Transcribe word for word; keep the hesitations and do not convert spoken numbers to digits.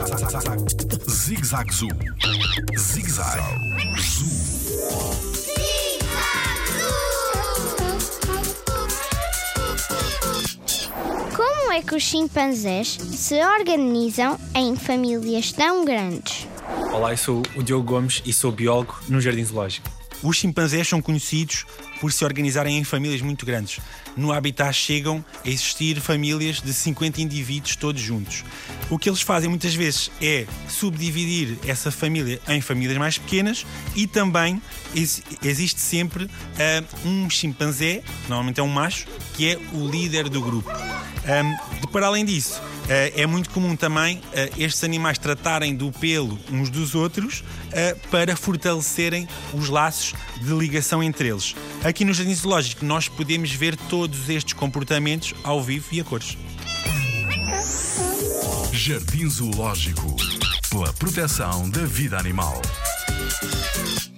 Zig-Zag Zoo. Zig-Zag Zoo. Como é que os chimpanzés se organizam em famílias tão grandes? Olá, eu sou o Diogo Gomes e sou biólogo no Jardim Zoológico. Os chimpanzés são conhecidos por se organizarem em famílias muito grandes. No habitat chegam a existir famílias de cinquenta indivíduos todos juntos. O que eles fazem muitas vezes é subdividir essa família em famílias mais pequenas e também ex- existe sempre uh, um chimpanzé, normalmente é um macho, que é o líder do grupo. Um, de, para além disso, uh, é muito comum também uh, estes animais tratarem do pelo uns dos outros uh, para fortalecerem os laços de ligação entre eles. Aqui no Jardim Zoológico nós podemos ver todos estes comportamentos ao vivo e a cores. Jardim Zoológico, pela proteção da vida animal.